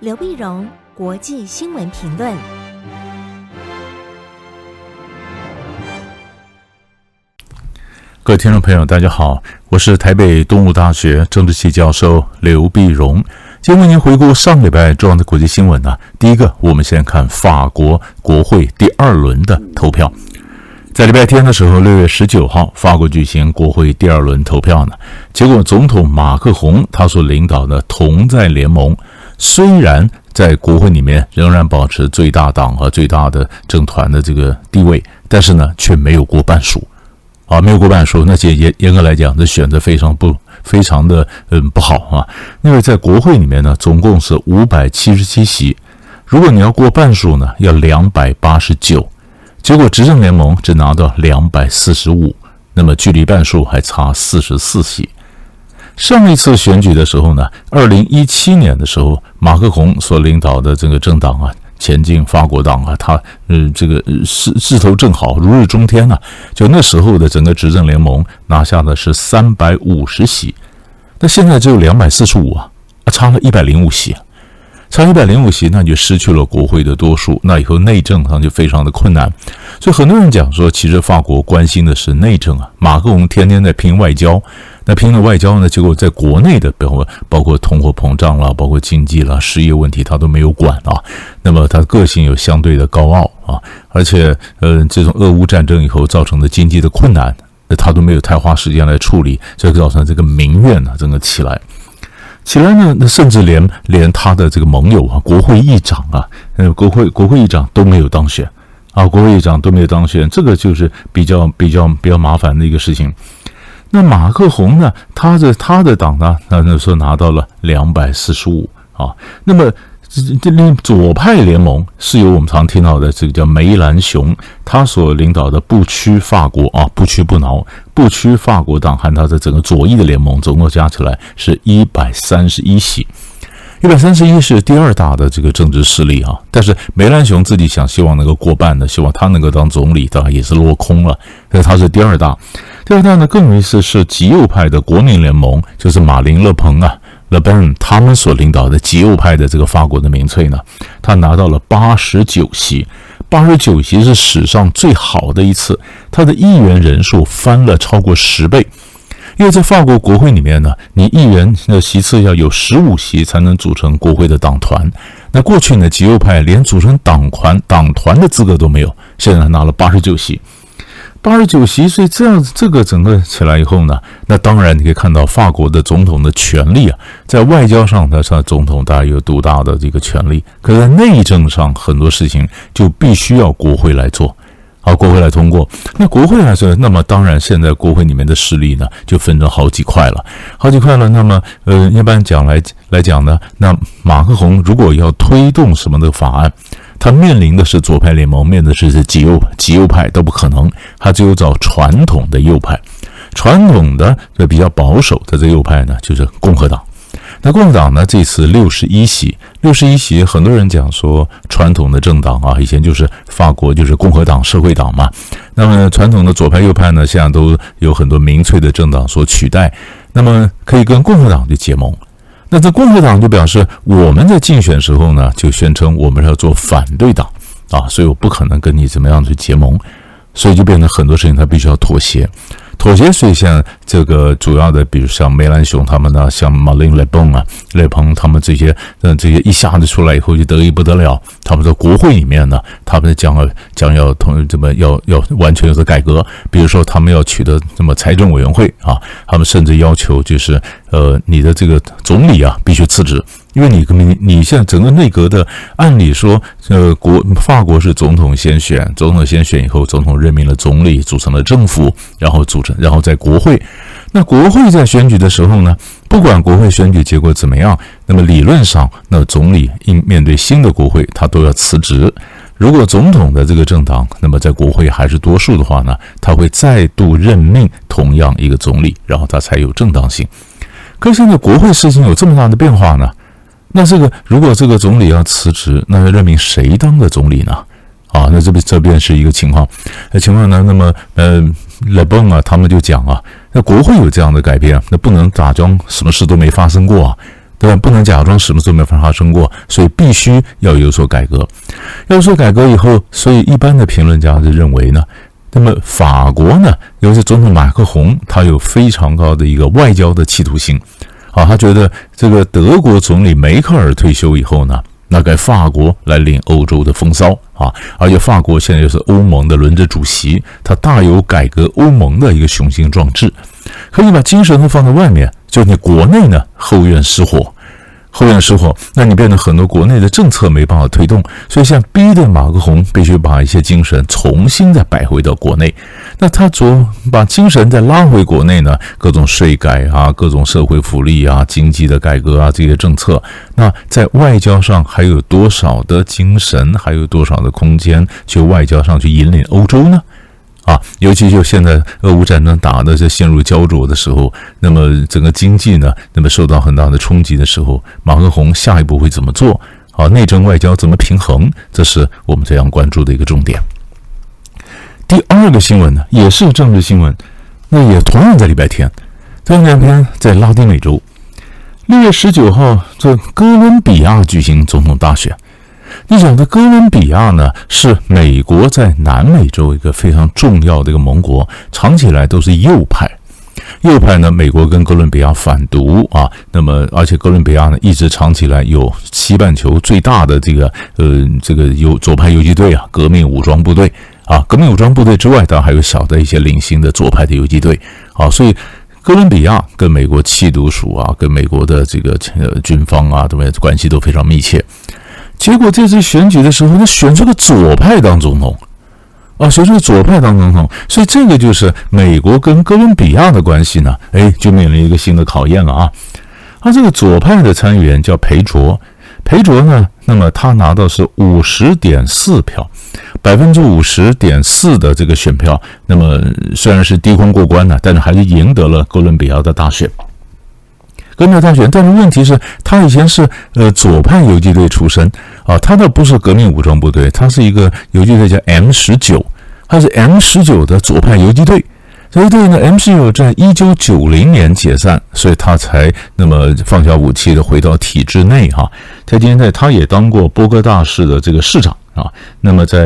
刘必荣国际新闻评论。 各位听众朋友大家好，我是台北东吴大学政治系教授刘必荣。今天为您回顾上礼拜重要的国际新闻呢。第一个，我们先看法国国会第二轮的投票。在礼拜天的时候，6月19号，法国举行国会第二轮投票呢。结果，总统马克宏他所领导的同在联盟，虽然在国会里面仍然保持最大党和最大的政团的这个地位，但是呢，却没有过半数。没有过半数，那些严格来讲，这选择非常的不好啊。因为在国会里面呢，总共是577席，如果你要过半数呢，要289。结果执政联盟只拿到245，那么距离半数还差44席。上一次选举的时候呢，2017年的时候，马克宏所领导的这个政党啊，前进法国党啊，他这个势头正好，如日中天啊。就那时候的整个执政联盟拿下的是350席，那现在只有245啊，差了105席啊。差105席，那就失去了国会的多数，那以后内政上就非常的困难。所以很多人讲说，其实法国关心的是内政啊。马克宏天天在拼外交，那拼了外交呢，结果在国内的包括通货膨胀啦，包括经济啦、失业问题，他都没有管啊。那么他个性有相对的高傲啊，而且这种俄乌战争以后造成的经济的困难，他都没有太花时间来处理，这造成这个民怨啊整个起来呢，甚至连他的这个盟友啊，国会议长啊，国会议长都没有当选啊，国会议长都没有当选，这个就是比较麻烦的一个事情。那马克宏呢，他的党呢，那时候拿到了245啊，那么左派联盟是由我们常听到的这个叫梅兰雄他所领导的不屈法国啊，不屈不挠不屈法国党和他的整个左翼的联盟总共加起来是131席，131是第二大的这个政治势力啊。但是梅兰雄自己希望能够过半的，希望他能够当总理，当然也是落空了，所以他是第二大。第二大呢，更有意思是极右派的国民联盟，就是马林勒庞啊。Le Pen 他们所领导的极右派的这个法国的民粹呢，他拿到了89席，89席是史上最好的一次，他的议员人数翻了超过10倍。因为在法国国会里面呢，你议员的席次要有15席才能组成国会的党团。那过去呢，极右派连组成党团的资格都没有，现在拿了89席。89席，所以这个整个起来以后呢，那当然你可以看到法国的总统的权力啊，在外交上他总统大概有独大的这个权力，可是在内政上很多事情就必须要国会来做，国会来通过。那国会来说，那么当然现在国会里面的势力呢就分成好几块了。那么一般讲来讲呢，那马克宏如果要推动什么的法案，他面临的是左派联盟，面临的是极右派都不可能，他只有找传统的右派，传统的比较保守的这个右派呢，就是共和党。那共和党呢，这次61席，很多人讲说传统的政党啊，以前就是法国就是共和党、社会党嘛。那么传统的左派、右派呢，现在都有很多民粹的政党所取代，那么可以跟共和党去结盟。那这共和党就表示我们在竞选时候呢，就宣称我们要做反对党啊，所以我不可能跟你怎么样去结盟，所以就变成很多事情他必须要妥协。所以像这个主要的，比如像梅兰雄他们呢，像马林勒庞他们这些一下子出来以后就得意不得了。他们在国会里面呢，他们将要要完全的改革，比如说他们要取得什么财政委员会啊，他们甚至要求就是你的这个总理啊必须辞职。因为你现在整个内阁的，按理说，法国是总统先选以后，总统任命了总理，组成了政府，然后在国会。那国会在选举的时候呢，不管国会选举结果怎么样，那么理论上，那总理面对新的国会，他都要辞职。如果总统的这个政党，那么在国会还是多数的话呢，他会再度任命同样一个总理，然后他才有正当性。可是现在国会事情有这么大的变化呢？那如果这个总理要辞职，那要任命谁当的总理呢？那这边是一个情况。呢，那么Le Pen啊，他们就讲啊，那国会有这样的改变，那不能假装什么事都没发生过啊。 对吧？不能假装什么都没发生过，所以必须要有所改革。要有所改革以后，所以一般的评论家就认为呢，那么法国呢，尤其是总统马克宏，他有非常高的一个外交的企图心。他觉得这个德国总理梅克尔退休以后呢，那该法国来领欧洲的风骚而且法国现在又是欧盟的轮值主席，他大有改革欧盟的一个雄心壮志。可以把精神都放在外面，就你国内呢后院失火，那你变成很多国内的政策没办法推动，所以像逼的马克宏必须把一些精神重新再摆回到国内。那他把精神再拉回国内呢，各种税改各种社会福利经济的改革这些政策，那在外交上还有多少的精神，还有多少的空间去外交上去引领欧洲呢？尤其就现在俄乌战争打的是陷入焦灼的时候，那么整个经济呢，那么受到很大的冲击的时候，马克宏下一步会怎么做？内政外交怎么平衡？这是我们这样关注的一个重点。第二个新闻呢，也是政治新闻，那也同样在礼拜天，这两天在拉丁美洲，6月19号，这哥伦比亚举行总统大选。你晓得哥伦比亚呢，是美国在南美洲一个非常重要的一个盟国，长期以来都是右派。右派呢，美国跟哥伦比亚反独那么而且哥伦比亚呢，一直长期以来有西半球最大的这个左派游击队革命武装部队革命武装部队之外，当然还有小的一些零星的左派的游击队所以哥伦比亚跟美国缉毒署跟美国的这个军方这么关系都非常密切。结果这次选举的时候，他选出个左派当总统选出个左派当总统，所以这个就是美国跟哥伦比亚的关系呢，就面临一个新的考验了这个左派的参议员叫裴卓呢，那么他拿到是 50.4 票，50.4% 的这个选票，那么虽然是低空过关但是还是赢得了哥伦比亚的大选。哥伦比亚大选，但是问题是，他以前是左派游击队出身他倒不是革命武装部队，他是一个游击队叫 M19， 他是 M19 的左派游击队。这一队呢 ，M19 在1990年解散，所以他才那么放下武器的回到体制内在今天他也当过波哥大市的这个市长那么在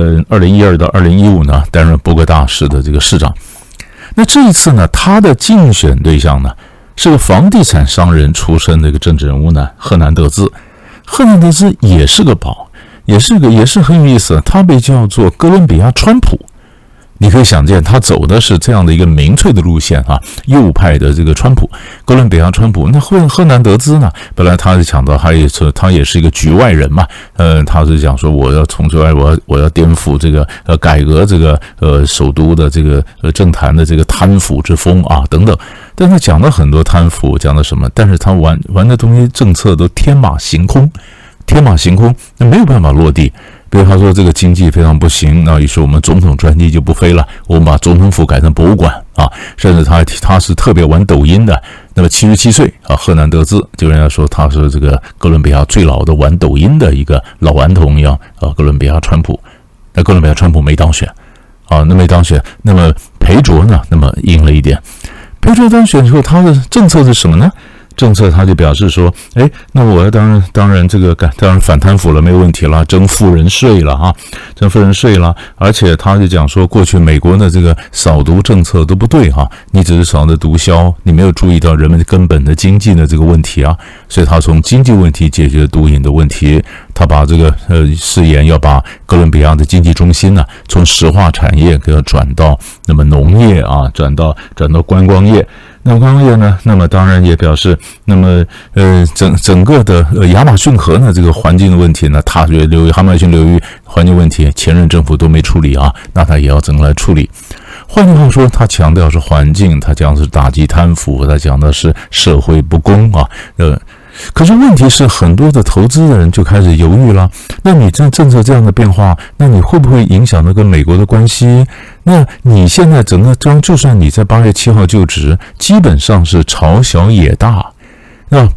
2012到2015呢，担任波哥大市的这个市长。那这一次呢，他的竞选对象呢，是个房地产商人出身的一个政治人物呢，赫南德兹也是个宝，也是很有意思，他被叫做哥伦比亚川普。你可以想见，他走的是这样的一个民粹的路线右派的这个川普，哥伦比亚川普。那赫南德兹呢，本来他是讲到他也是一个局外人嘛，他是讲说我要从局外，我要颠覆这个改革这个首都的这个政坛的这个贪腐之风等等。但他讲了很多贪腐，讲了什么，但是他玩的东西政策都天马行空，那没有办法落地。比如他说这个经济非常不行，那于是我们总统专机就不飞了，我们把总统府改成博物馆甚至他是特别玩抖音的。那么77岁赫南德兹，就人家说他是这个哥伦比亚最老的玩抖音的一个老顽童一样哥伦比亚川普。那哥伦比亚川普没当选那么裴卓呢，那么赢了一点。裴卓当选之后，他的政策是什么呢？政策他就表示说，那我要当然反贪腐了，没有问题了，征富人税了而且他就讲说，过去美国的这个扫毒政策都不对你只是扫的毒枭，你没有注意到人们根本的经济的这个问题所以他从经济问题解决毒瘾的问题，他把这个誓言要把哥伦比亚的经济中心呢，从石化产业给它转到那么农业转到观光业。那么观光业呢，那么当然也表示，那么整个的亚马逊河呢这个环境的问题呢，他觉得亚马逊流域环境问题前任政府都没处理那他也要整个来处理。换句话说，他强调是环境，他讲的是打击贪腐，他讲的是社会不公可是问题是，很多的投资人就开始犹豫了。那你这政策这样的变化，那你会不会影响到跟美国的关系？那你现在整个就算你在8月7号就职，基本上是朝小野大。那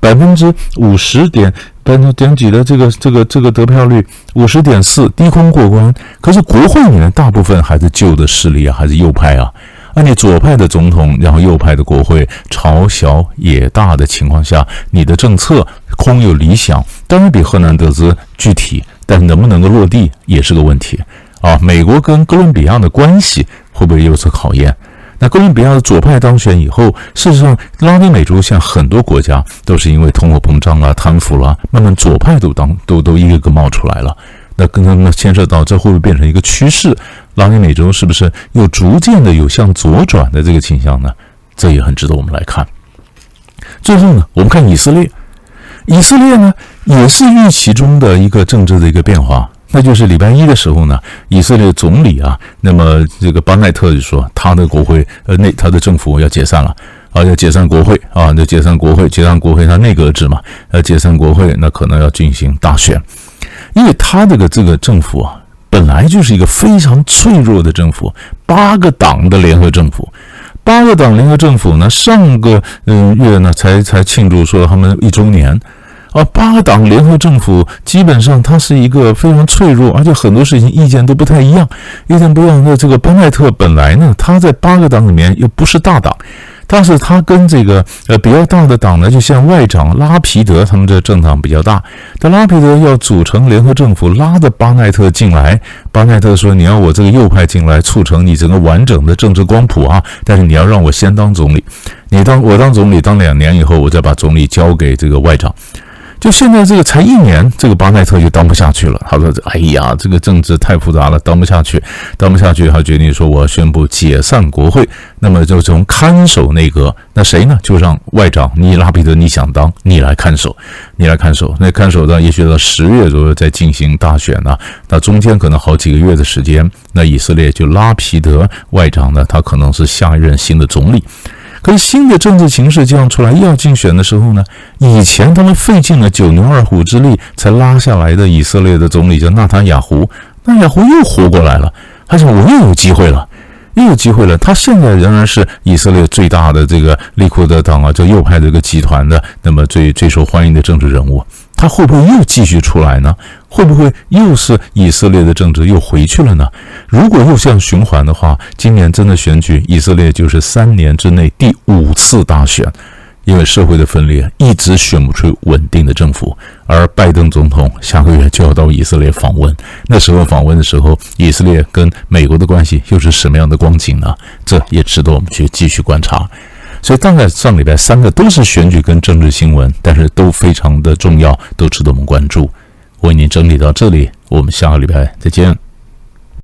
50点几的这个得票率50.4%低空过关。可是国会里面大部分还是旧的势力还是右派那你左派的总统，然后右派的国会，朝小野大的情况下，你的政策空有理想，当然比赫南德兹具体，但能不能够落地也是个问题啊。美国跟哥伦比亚的关系会不会有所考验？那哥伦比亚的左派当选以后，事实上拉丁美洲像很多国家都是因为通货膨胀啦、贪腐啦，慢慢左派都一个个冒出来了。那牵涉到这会不会变成一个趋势？拉丁美洲是不是又逐渐的有向左转的这个倾向呢？这也很值得我们来看。最后呢，我们看以色列，以色列呢也是预期中的一个政治的一个变化。那就是礼拜一的时候呢，以色列总理啊，那么这个巴奈特就说他的国会他的政府要解散了啊，要解散国会啊，那解散国会，他内阁制嘛，解散国会，那可能要进行大选，因为他这个政府啊，本来就是一个非常脆弱的政府，8个党的联合政府。8个党联合政府呢，上个月呢才庆祝说他们1周年。8个党联合政府基本上它是一个非常脆弱，而且很多事情意见都不太一样。那这个巴奈特本来呢，他在8个党里面又不是大党，但是他跟这个比较大的党呢，就像外长拉皮德他们这政党比较大，但拉皮德要组成联合政府，拉着巴奈特进来。巴奈特说：“你要我这个右派进来，促成你整个完整的政治光谱啊，但是你要让我先当总理，我当总理当2年以后，我再把总理交给这个外长。”就现在这个才1年，这个巴奈特就当不下去了。他说：“哎呀，这个政治太复杂了，当不下去。”他决定说：“我要宣布解散国会，那么就从看守内阁，那谁呢？就让外长拉皮德，你想当，你来看守。那看守到也许到10月左右再进行大选呢。那中间可能好几个月的时间，那以色列就拉皮德外长呢，他可能是下一任新的总理。”可是新的政治形势这样出来，要竞选的时候呢，以前他们费尽了9牛2虎之力才拉下来的以色列的总理叫纳坦雅胡又活过来了，他想我又有机会了。他现在仍然是以色列最大的这个利库德党啊，这右派这个集团的那么最受欢迎的政治人物。他会不会又继续出来呢？会不会又是以色列的政治又回去了呢？如果又这样循环的话，今年真的选举，以色列就是3年之内第5次大选，因为社会的分裂一直选不出稳定的政府。而拜登总统下个月就要到以色列访问，那时候访问的时候，以色列跟美国的关系又是什么样的光景呢？这也值得我们去继续观察。所以大概上礼拜3个都是选举跟政治新闻，但是都非常的重要，都值得我们关注。我为您整理到这里，我们下个礼拜再见。